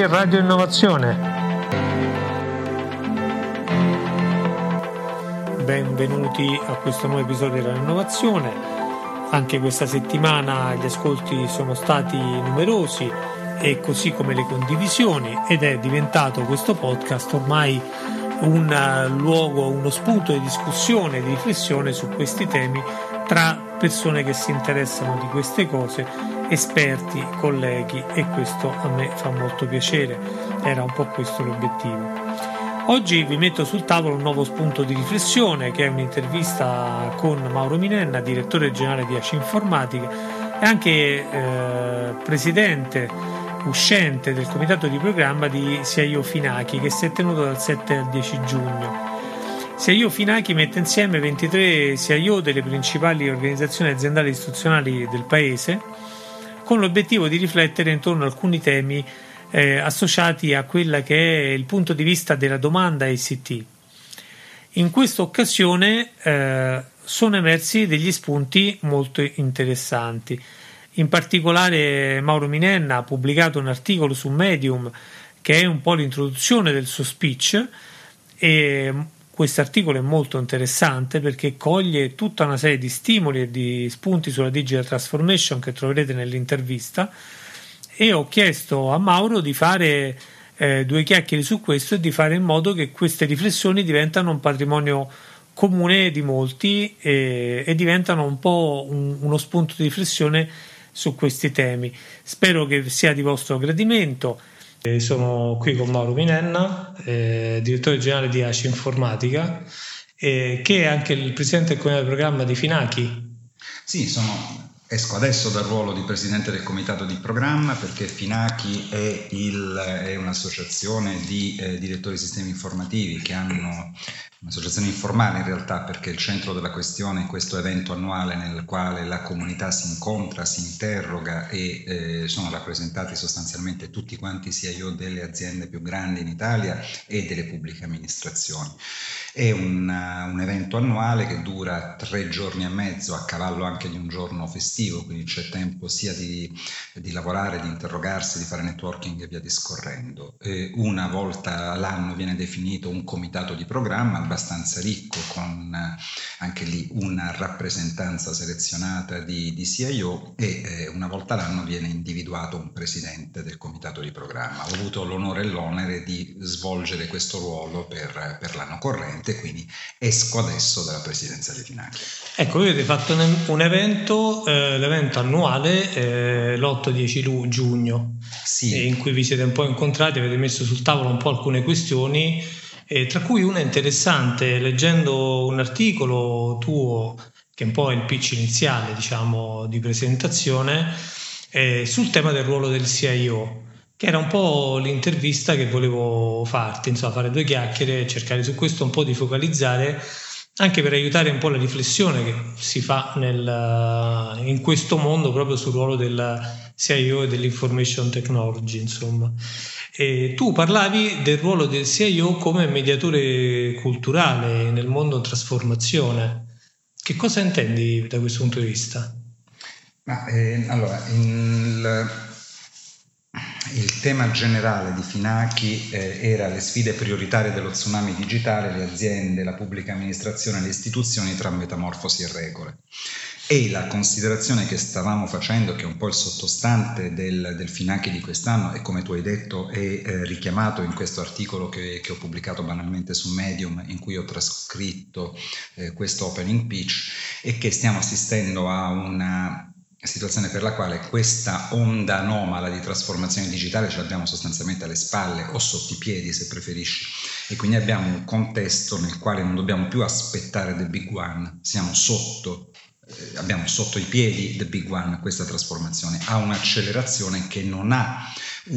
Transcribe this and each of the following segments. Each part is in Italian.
a Radio Innovazione. Benvenuti a questo nuovo episodio di Radio Innovazione. Anche questa settimana gli ascolti sono stati numerosi e così come le condivisioni, ed è diventato questo podcast ormai un luogo, uno spunto di discussione, di riflessione su questi temi tra persone che si interessano di queste cose, esperti, colleghi, e questo a me fa molto piacere, era un po' questo l'obiettivo. Oggi vi metto sul tavolo un nuovo spunto di riflessione che è un'intervista con Mauro Minenna, direttore generale di ACI Informatica e anche presidente uscente del comitato di programma di CIO Finachi, che si è tenuto dal 7 al 10 giugno. CIO Finachi mette insieme 23 CIO delle principali organizzazioni aziendali e istituzionali del paese con l'obiettivo di riflettere intorno a alcuni temi associati a quella che è il punto di vista della domanda ICT. In questa occasione sono emersi degli spunti molto interessanti. In particolare Mauro Minenna ha pubblicato un articolo su Medium che è un po' l'introduzione del suo speech, e questo articolo è molto interessante perché coglie tutta una serie di stimoli e di spunti sulla digital transformation che troverete nell'intervista, e ho chiesto a Mauro di fare due chiacchiere su questo e di fare in modo che queste riflessioni diventano un patrimonio comune di molti e diventano un po' uno spunto di riflessione su questi temi. Spero che sia di vostro gradimento. Sono qui con Mauro Minenna, direttore generale di ACI Informatica, che è anche il presidente del comitato di programma di Finachi. Sì, esco adesso dal ruolo di presidente del comitato di programma perché Finachi è un'associazione di direttori di sistemi informativi che hanno un'associazione informale in realtà, perché il centro della questione è questo evento annuale nel quale la comunità si incontra, si interroga e sono rappresentati sostanzialmente tutti quanti CIO delle aziende più grandi in Italia e delle pubbliche amministrazioni. È un evento annuale che dura 3 giorni e mezzo, a cavallo anche di un giorno festivo, quindi c'è tempo sia di lavorare, di interrogarsi, di fare networking e via discorrendo. Una volta l'anno viene definito un comitato di programma abbastanza ricco, con anche lì una rappresentanza selezionata di CIO, e una volta l'anno viene individuato un presidente del comitato di programma. Ho avuto l'onore e l'onere di svolgere questo ruolo per l'anno corrente, quindi esco adesso dalla presidenza di Finachi. Ecco, voi avete fatto un evento, l'evento annuale l'8-10 giugno, sì, in cui vi siete un po' incontrati, avete messo sul tavolo un po' alcune questioni, tra cui una interessante, leggendo un articolo tuo che è un po' il pitch iniziale, diciamo, di presentazione, sul tema del ruolo del CIO, che era un po' l'intervista che volevo farti, insomma, fare due chiacchiere, cercare su questo un po' di focalizzare, anche per aiutare un po' la riflessione che si fa in questo mondo proprio sul ruolo del CIO e dell'information technology, insomma. E tu parlavi del ruolo del CIO come mediatore culturale nel mondo trasformazione. Che cosa intendi da questo punto di vista? Il tema generale di Finachi era le sfide prioritarie dello tsunami digitale, le aziende, la pubblica amministrazione e le istituzioni tra metamorfosi e regole. E la considerazione che stavamo facendo, che è un po' il sottostante del Finachi di quest'anno, e come tu hai detto è richiamato in questo articolo che ho pubblicato banalmente su Medium, in cui ho trascritto questo opening pitch, è che stiamo assistendo a una situazione per la quale questa onda anomala di trasformazione digitale ce l'abbiamo sostanzialmente alle spalle o sotto i piedi, se preferisci, e quindi abbiamo un contesto nel quale non dobbiamo più aspettare the big one, abbiamo sotto i piedi the big one. Questa trasformazione ha un'accelerazione che non ha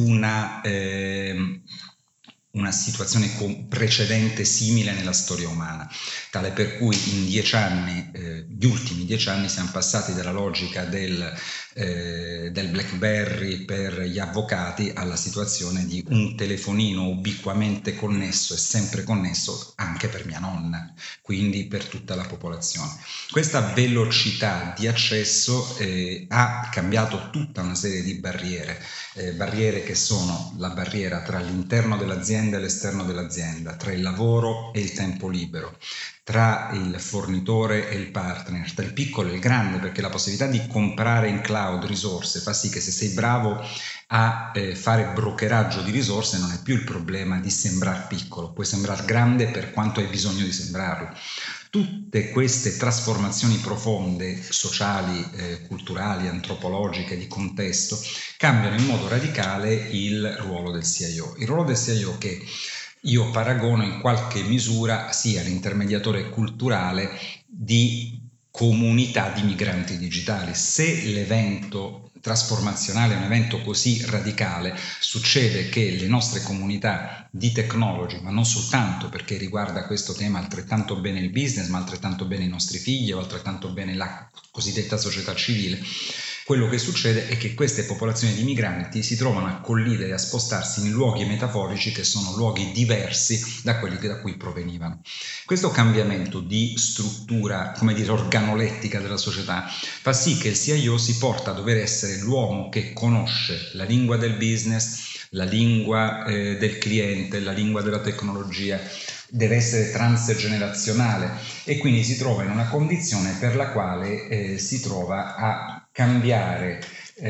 una situazione precedente simile nella storia umana, tale per cui in 10 anni, gli ultimi 10 anni, siamo passati dalla logica del del BlackBerry per gli avvocati alla situazione di un telefonino ubiquamente connesso e sempre connesso anche per mia nonna, quindi per tutta la popolazione. Questa velocità di accesso ha cambiato tutta una serie di barriere che sono la barriera tra l'interno dell'azienda e l'esterno dell'azienda, tra il lavoro e il tempo libero, tra il fornitore e il partner, tra il piccolo e il grande, perché la possibilità di comprare in cloud risorse fa sì che se sei bravo a fare brokeraggio di risorse non è più il problema di sembrare piccolo, puoi sembrare grande per quanto hai bisogno di sembrarlo. Tutte queste trasformazioni profonde, sociali, culturali, antropologiche, di contesto, cambiano in modo radicale il ruolo del CIO. Il ruolo del CIO che io paragono in qualche misura sia l'intermediatore culturale di comunità di migranti digitali. Se l'evento trasformazionale è un evento così radicale, succede che le nostre comunità di technology, ma non soltanto, perché riguarda questo tema altrettanto bene il business, ma altrettanto bene i nostri figli o altrettanto bene la cosiddetta società civile, quello che succede è che queste popolazioni di migranti si trovano a collidere, a spostarsi in luoghi metaforici che sono luoghi diversi da quelli da cui provenivano. Questo cambiamento di struttura, come dire, organolettica della società fa sì che il CIO si porta a dover essere l'uomo che conosce la lingua del business, la lingua del cliente, la lingua della tecnologia, deve essere transgenerazionale e quindi si trova in una condizione per la quale si trova a cambiare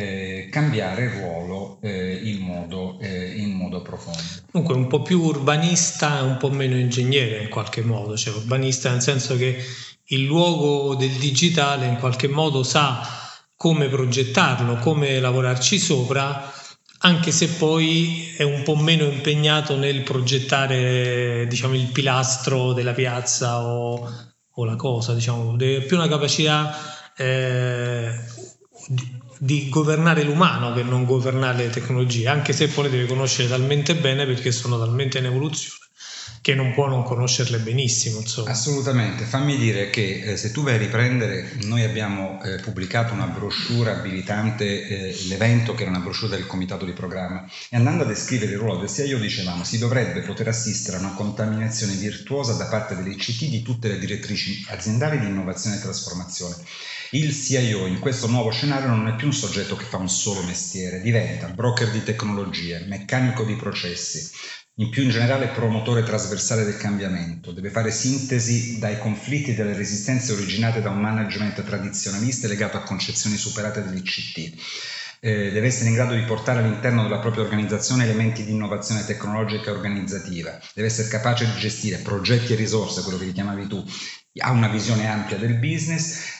ruolo in modo profondo. Comunque un po' più urbanista e un po' meno ingegnere in qualche modo, cioè urbanista nel senso che il luogo del digitale in qualche modo sa come progettarlo, come lavorarci sopra, anche se poi è un po' meno impegnato nel progettare, diciamo, il pilastro della piazza o la cosa, diciamo, deve più una capacità di governare l'umano che non governare le tecnologie, anche se poi le deve conoscere talmente bene perché sono talmente in evoluzione che non può non conoscerle benissimo, insomma. Assolutamente, fammi dire che se tu vai a riprendere, noi abbiamo pubblicato una brochure abilitante l'evento, che era una brochure del comitato di programma, e andando a descrivere il ruolo del CIO dicevamo si dovrebbe poter assistere a una contaminazione virtuosa da parte dell'ICT di tutte le direttrici aziendali di innovazione e trasformazione. Il CIO in questo nuovo scenario non è più un soggetto che fa un solo mestiere, diventa broker di tecnologie, meccanico di processi, più in generale promotore trasversale del cambiamento, deve fare sintesi dai conflitti e dalle resistenze originate da un management tradizionalista legato a concezioni superate dell'ICT. Deve essere in grado di portare all'interno della propria organizzazione elementi di innovazione tecnologica e organizzativa, deve essere capace di gestire progetti e risorse, quello che richiamavi tu, ha una visione ampia del business,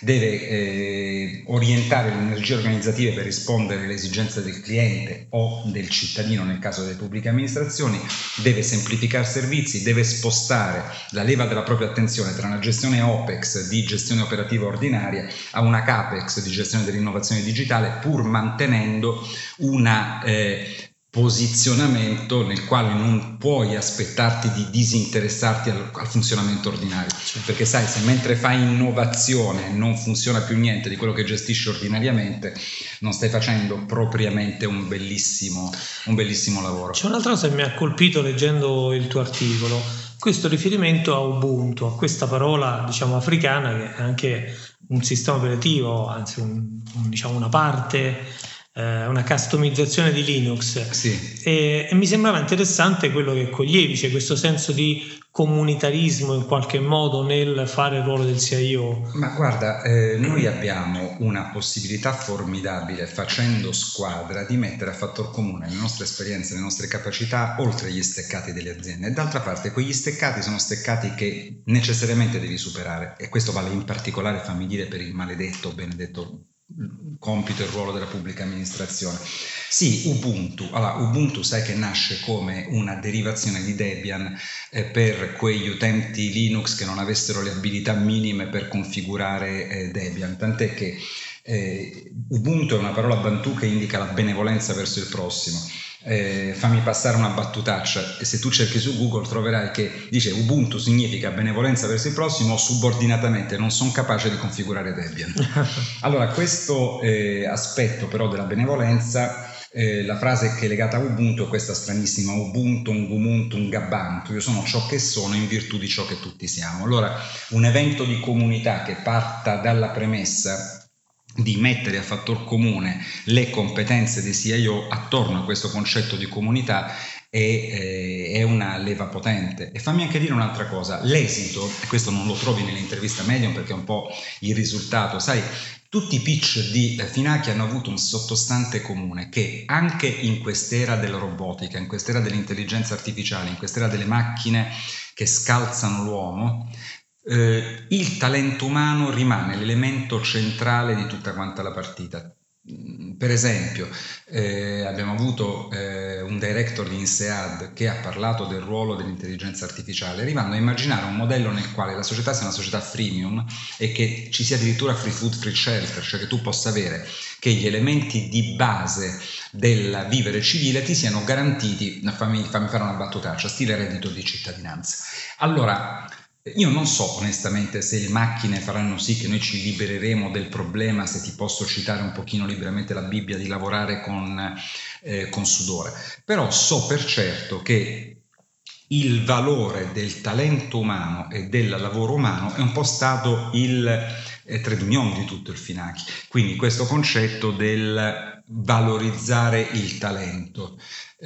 deve orientare le energie organizzative per rispondere alle esigenze del cliente o del cittadino nel caso delle pubbliche amministrazioni, deve semplificare servizi, deve spostare la leva della propria attenzione tra una gestione OPEX di gestione operativa ordinaria a una CAPEX di gestione dell'innovazione digitale, pur mantenendo una posizionamento nel quale non puoi aspettarti di disinteressarti al funzionamento ordinario, perché sai, se mentre fai innovazione non funziona più niente di quello che gestisci ordinariamente, non stai facendo propriamente un bellissimo lavoro. C'è un'altra cosa che mi ha colpito leggendo il tuo articolo, questo riferimento a Ubuntu, a questa parola, diciamo, africana, che è anche un sistema operativo, anzi diciamo una parte, una customizzazione di Linux. Sì. E mi sembrava interessante quello che coglievi, cioè questo senso di comunitarismo in qualche modo nel fare il ruolo del CIO. Ma guarda, noi abbiamo una possibilità formidabile, facendo squadra, di mettere a fattor comune le nostre esperienze, le nostre capacità oltre gli steccati delle aziende, e d'altra parte quegli steccati sono steccati che necessariamente devi superare, e questo vale in particolare, fammi dire, per il maledetto, benedetto compito e ruolo della pubblica amministrazione. Sì, Ubuntu sai che nasce come una derivazione di Debian per quegli utenti Linux che non avessero le abilità minime per configurare Debian, tant'è che Ubuntu è una parola bantu che indica la benevolenza verso il prossimo. fammi passare una battutaccia, e se tu cerchi su Google troverai che dice Ubuntu significa benevolenza verso il prossimo, o subordinatamente non sono capace di configurare Debian. Allora questo aspetto però della benevolenza, la frase che è legata a Ubuntu è questa stranissima: Ubuntu, Gumuntu, Gabantu, io sono ciò che sono in virtù di ciò che tutti siamo. Allora un evento di comunità che parta dalla premessa di mettere a fattor comune le competenze dei CIO attorno a questo concetto di comunità è una leva potente. E fammi anche dire un'altra cosa: l'esito, e questo non lo trovi nell'intervista Medium perché è un po' il risultato, sai, tutti i pitch di Finacchi hanno avuto un sottostante comune, che anche in quest'era della robotica, in quest'era dell'intelligenza artificiale, in quest'era delle macchine che scalzano l'uomo, il talento umano rimane l'elemento centrale di tutta quanta la partita. Per esempio abbiamo avuto un director di INSEAD che ha parlato del ruolo dell'intelligenza artificiale, arrivando a immaginare un modello nel quale la società sia una società freemium e che ci sia addirittura free food, free shelter, cioè che tu possa avere che gli elementi di base del vivere civile ti siano garantiti. Fammi fare una battutaccia, stile reddito di cittadinanza. Allora, io non so onestamente se le macchine faranno sì che noi ci libereremo del problema, se ti posso citare un pochino liberamente la Bibbia, di lavorare con sudore, però so per certo che il valore del talento umano e del lavoro umano è un po' stato il trade union di tutto il Finacchi, quindi questo concetto del valorizzare il talento.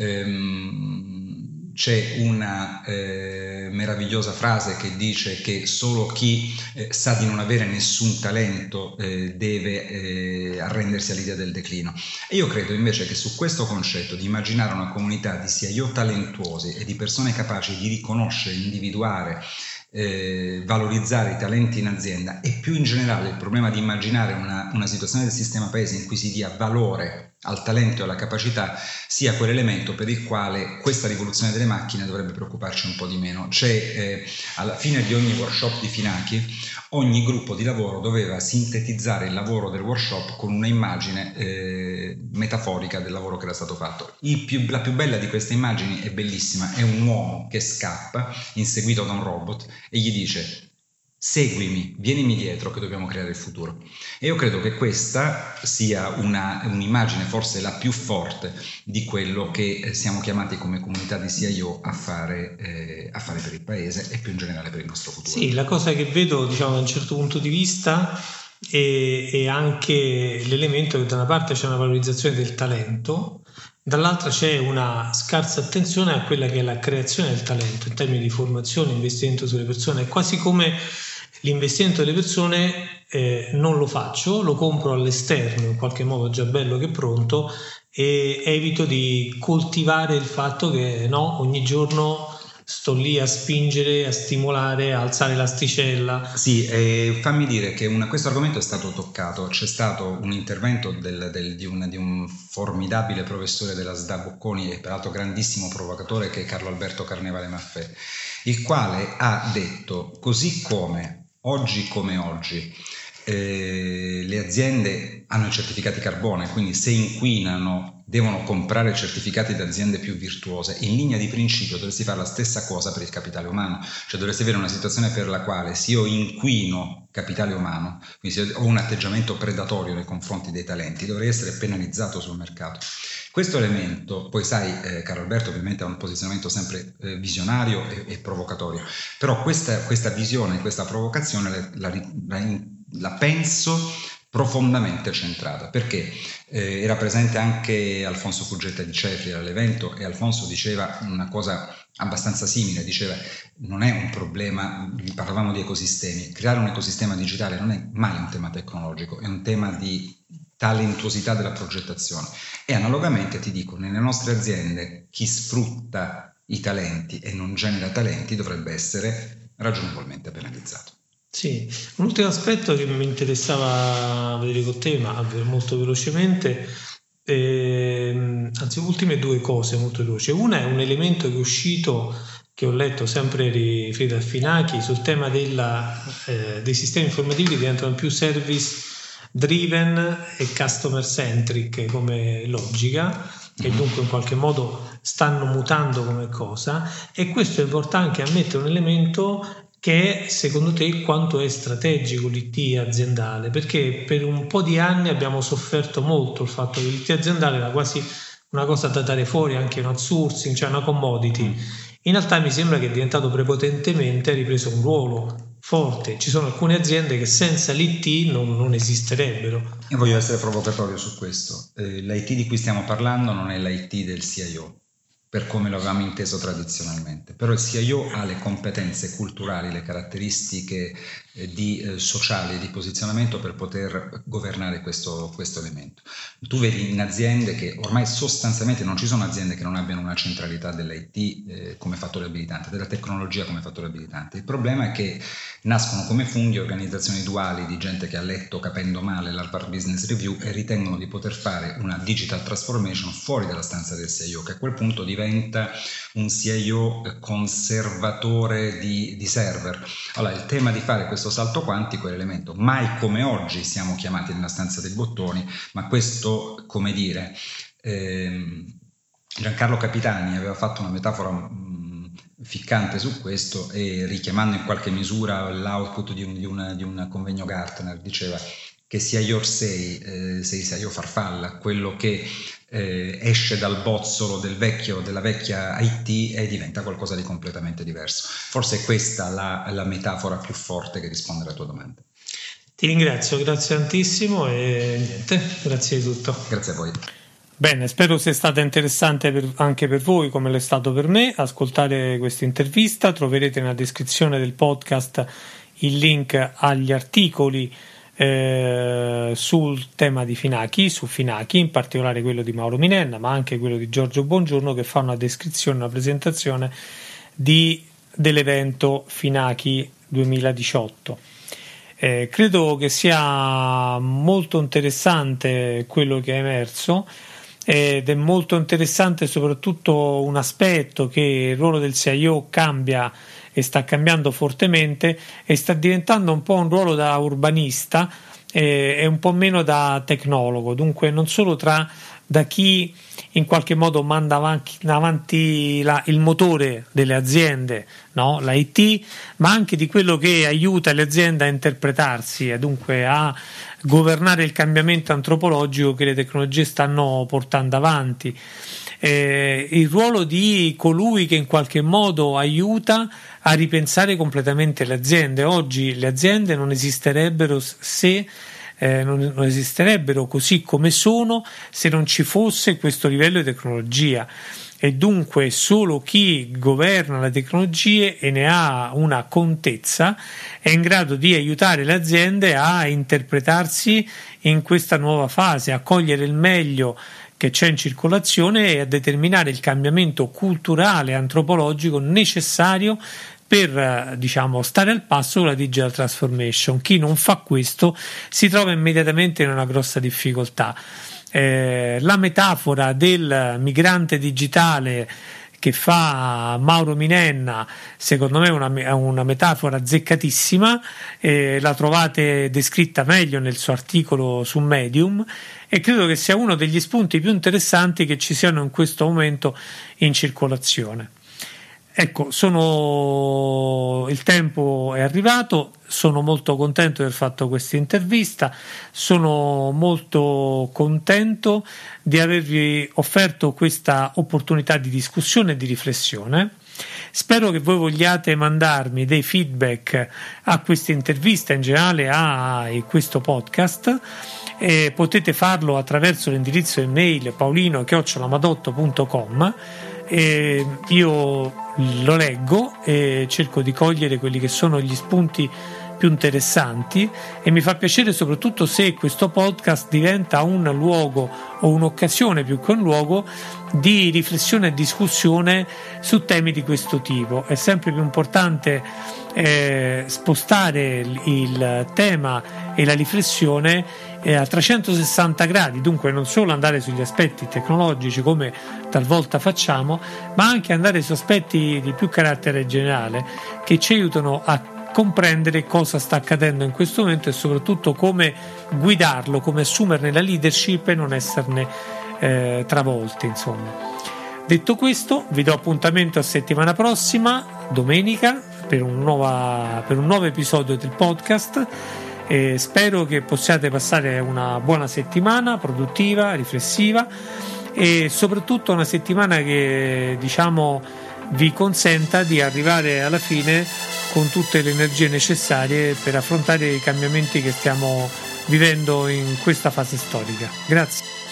C'è una meravigliosa frase che dice che solo chi sa di non avere nessun talento deve arrendersi all'idea del declino. E io credo invece che su questo concetto di immaginare una comunità di CIO talentuosi e di persone capaci di riconoscere, individuare, valorizzare i talenti in azienda, e più in generale il problema di immaginare una situazione del sistema paese in cui si dia valore al talento e alla capacità, sia quell'elemento per il quale questa rivoluzione delle macchine dovrebbe preoccuparci un po' di meno. C'è alla fine di ogni workshop di Finacchi, ogni gruppo di lavoro doveva sintetizzare il lavoro del workshop con una immagine metaforica del lavoro che era stato fatto. La più bella di queste immagini è bellissima, è un uomo che scappa inseguito da un robot e gli dice: seguimi, vienimi dietro che dobbiamo creare il futuro. E io credo che questa sia un'immagine forse la più forte di quello che siamo chiamati come comunità di CIO a fare per il paese e più in generale per il nostro futuro. Sì, la cosa che vedo, diciamo, da un certo punto di vista è anche l'elemento che da una parte c'è una valorizzazione del talento, dall'altra c'è una scarsa attenzione a quella che è la creazione del talento in termini di formazione, investimento sulle persone. È quasi come l'investimento delle persone non lo faccio, lo compro all'esterno in qualche modo già bello che pronto, e evito di coltivare il fatto che no, ogni giorno sto lì a spingere, a stimolare, a alzare l'asticella. Sì, fammi dire che questo argomento è stato toccato. C'è stato un intervento di un formidabile professore della SDA Bocconi e peraltro grandissimo provocatore, che è Carlo Alberto Carnevale Maffè, il quale ha detto: così come oggi le aziende hanno i certificati carbone, quindi se inquinano devono comprare certificati da aziende più virtuose, in linea di principio dovresti fare la stessa cosa per il capitale umano, cioè dovresti avere una situazione per la quale se io inquino capitale umano, quindi se ho un atteggiamento predatorio nei confronti dei talenti, dovrei essere penalizzato sul mercato. Questo elemento, poi sai, Carlo Alberto ovviamente ha un posizionamento sempre visionario e provocatorio, però questa visione, questa provocazione la penso profondamente centrata, perché era presente anche Alfonso Fuggetta di Cefri all'evento, e Alfonso diceva una cosa abbastanza simile, diceva: non è un problema, parlavamo di ecosistemi, creare un ecosistema digitale non è mai un tema tecnologico, è un tema di talentuosità della progettazione. E analogamente ti dico, nelle nostre aziende chi sfrutta i talenti e non genera talenti dovrebbe essere ragionevolmente penalizzato. Sì, un ultimo aspetto che mi interessava vedere con te, ma molto velocemente, anzi ultime due cose molto veloci. Una è un elemento che è uscito, che ho letto sempre riferito a Finacchi, sul tema dei sistemi informativi che diventano più service driven e customer centric come logica, che dunque in qualche modo stanno mutando come cosa, e questo porta anche a mettere un elemento che secondo te quanto è strategico l'IT aziendale, perché per un po' di anni abbiamo sofferto molto il fatto che l'IT aziendale era quasi una cosa da dare fuori, anche un outsourcing, cioè una commodity. In realtà mi sembra che è diventato prepotentemente, ha ripreso un ruolo forte. Ci sono alcune aziende che senza l'IT non esisterebbero. Io voglio essere provocatorio su questo. L'IT di cui stiamo parlando non è l'IT del CIO, per come lo avevamo inteso tradizionalmente, però il CIO ha le competenze culturali, le caratteristiche sociali, di posizionamento per poter governare questo elemento. Tu vedi in aziende che ormai sostanzialmente non ci sono aziende che non abbiano una centralità dell'IT come fattore abilitante, della tecnologia come fattore abilitante. Il problema è che nascono come funghi organizzazioni duali di gente che ha letto capendo male l'Harvard Business Review e ritengono di poter fare una digital transformation fuori dalla stanza del CIO, che a quel punto diventa un CIO conservatore di server. Allora, il tema di fare questo salto quantico è l'elemento. Mai come oggi siamo chiamati nella stanza dei bottoni, ma questo, come dire, Giancarlo Capitani aveva fatto una metafora ficcante su questo, e richiamando in qualche misura l'output di un convegno Gartner, diceva che CIO sei CIO farfalla, quello che esce dal bozzolo della vecchia IT e diventa qualcosa di completamente diverso. Forse è questa la metafora più forte che risponde alla tua domanda. Ti ringrazio, grazie tantissimo e niente, grazie di tutto. Grazie a voi. Bene, spero sia stata interessante anche per voi, come l'è stato per me, ascoltare questa intervista. Troverete nella descrizione del podcast il link agli articoli sul tema di Finachi, su Finachi, in particolare quello di Mauro Minenna, ma anche quello di Giorgio Bongiorno, che fa una descrizione, una presentazione dell'evento Finachi 2018. Credo che sia molto interessante quello che è emerso, ed è molto interessante soprattutto un aspetto, che il ruolo del CIO cambia e sta cambiando fortemente e sta diventando un po' un ruolo da urbanista e un po' meno da tecnologo, dunque non solo da chi in qualche modo manda avanti il motore delle aziende, no? L'IT, ma anche di quello che aiuta le aziende a interpretarsi e dunque a governare il cambiamento antropologico che le tecnologie stanno portando avanti. Il ruolo di colui che in qualche modo aiuta a ripensare completamente le aziende. Oggi le aziende non esisterebbero non esisterebbero così come sono se non ci fosse questo livello di tecnologia, e dunque solo chi governa le tecnologie e ne ha una contezza è in grado di aiutare le aziende a interpretarsi in questa nuova fase, a cogliere il meglio che c'è in circolazione e a determinare il cambiamento culturale e antropologico necessario per stare al passo con la digital transformation. Chi non fa questo si trova immediatamente in una grossa difficoltà. La metafora del migrante digitale che fa Mauro Minenna, secondo me è una metafora azzeccatissima, la trovate descritta meglio nel suo articolo su Medium, e credo che sia uno degli spunti più interessanti che ci siano in questo momento in circolazione. Ecco, il tempo è arrivato, sono molto contento di aver fatto questa intervista, sono molto contento di avervi offerto questa opportunità di discussione e di riflessione. Spero che voi vogliate mandarmi dei feedback a questa intervista, in generale a questo podcast. Potete farlo attraverso l'indirizzo email paolino@madotto.com. Io lo leggo e cerco di cogliere quelli che sono gli spunti più interessanti, e mi fa piacere soprattutto se questo podcast diventa un luogo o un'occasione, più che un luogo, di riflessione e discussione su temi di questo tipo. È sempre più importante spostare il tema e la riflessione a 360 gradi, dunque non solo andare sugli aspetti tecnologici come talvolta facciamo, ma anche andare su aspetti di più carattere generale che ci aiutano a comprendere cosa sta accadendo in questo momento e soprattutto come guidarlo, come assumerne la leadership e non esserne travolte, insomma. Detto questo, vi do appuntamento a settimana prossima, domenica, per un nuovo episodio del podcast. Spero che possiate passare una buona settimana, produttiva, riflessiva, e soprattutto una settimana che, diciamo, vi consenta di arrivare alla fine con tutte le energie necessarie per affrontare i cambiamenti che stiamo vivendo in questa fase storica. Grazie.